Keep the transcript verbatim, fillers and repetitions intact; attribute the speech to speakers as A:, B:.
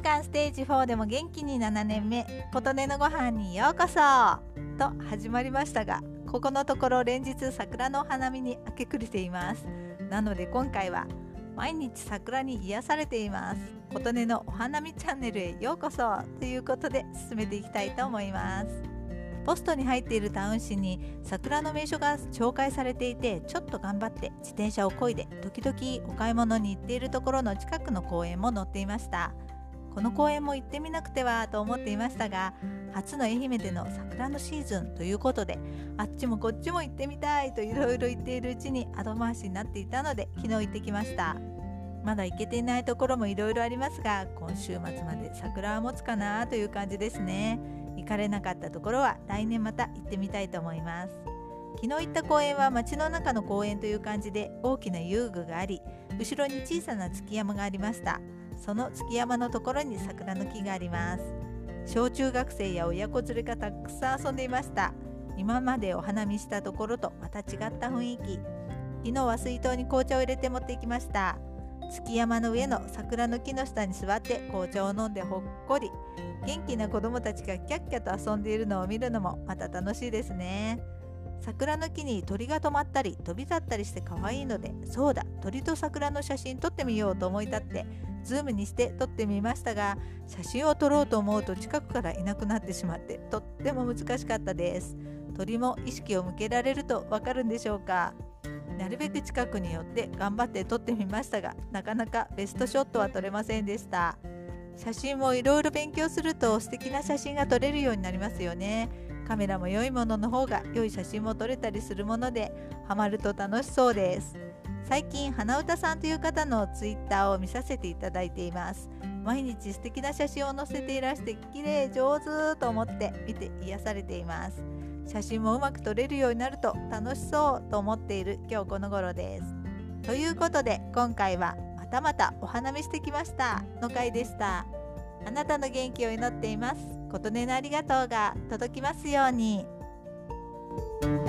A: 間ステージフォーでも元気にななねんめ、琴音のご飯にようこそと始まりましたが、ここのところ連日桜のお花見に明け暮れています。なので今回は毎日桜に癒されています琴音のお花見チャンネルへようこそということで進めていきたいと思います。ポストに入っているタウン誌に桜の名所が紹介されていて、ちょっと頑張って自転車を漕いで時々お買い物に行っているところの近くの公園も載っていました。この公園も行ってみなくてはと思っていましたが、初の愛媛での桜のシーズンということで、あっちもこっちも行ってみたいといろいろ言っているうちに後回しになっていたので、昨日行ってきました。まだ行けていないところもいろいろありますが、今週末まで桜は持つかなという感じですね。行かれなかったところは来年また行ってみたいと思います。昨日行った公園は街の中の公園という感じで、大きな遊具があり、後ろに小さな築山がありました。その築山のところに桜の木があります。小中学生や親子連れがたくさん遊んでいました。今までお花見したところとまた違った雰囲気。昨日は水筒に紅茶を入れて持ってきました。築山の上の桜の木の下に座って紅茶を飲んでほっこり。元気な子どもたちがキャッキャと遊んでいるのを見るのもまた楽しいですね。桜の木に鳥が止まったり飛び立ったりして可愛いので、そうだ、鳥と桜の写真撮ってみようと思い立ってズームにして撮ってみましたが、写真を撮ろうと思うと近くからいなくなってしまってとっても難しかったです。鳥も意識を向けられるとわかるんでしょうか。なるべく近くに寄って頑張って撮ってみましたが、なかなかベストショットは撮れませんでした。写真もいろいろ勉強すると素敵な写真が撮れるようになりますよね。カメラも良いものの方が良い写真も撮れたりするもので、ハマると楽しそうです。最近花歌さんという方のツイッターを見させていただいています。毎日素敵な写真を載せていらして綺麗上手と思って見て癒されています。写真もうまく撮れるようになると楽しそうと思っている今日この頃です。ということで今回はまたまたお花見してきましたの回でした。あなたの元気を祈っています。琴音のありがとうが届きますように。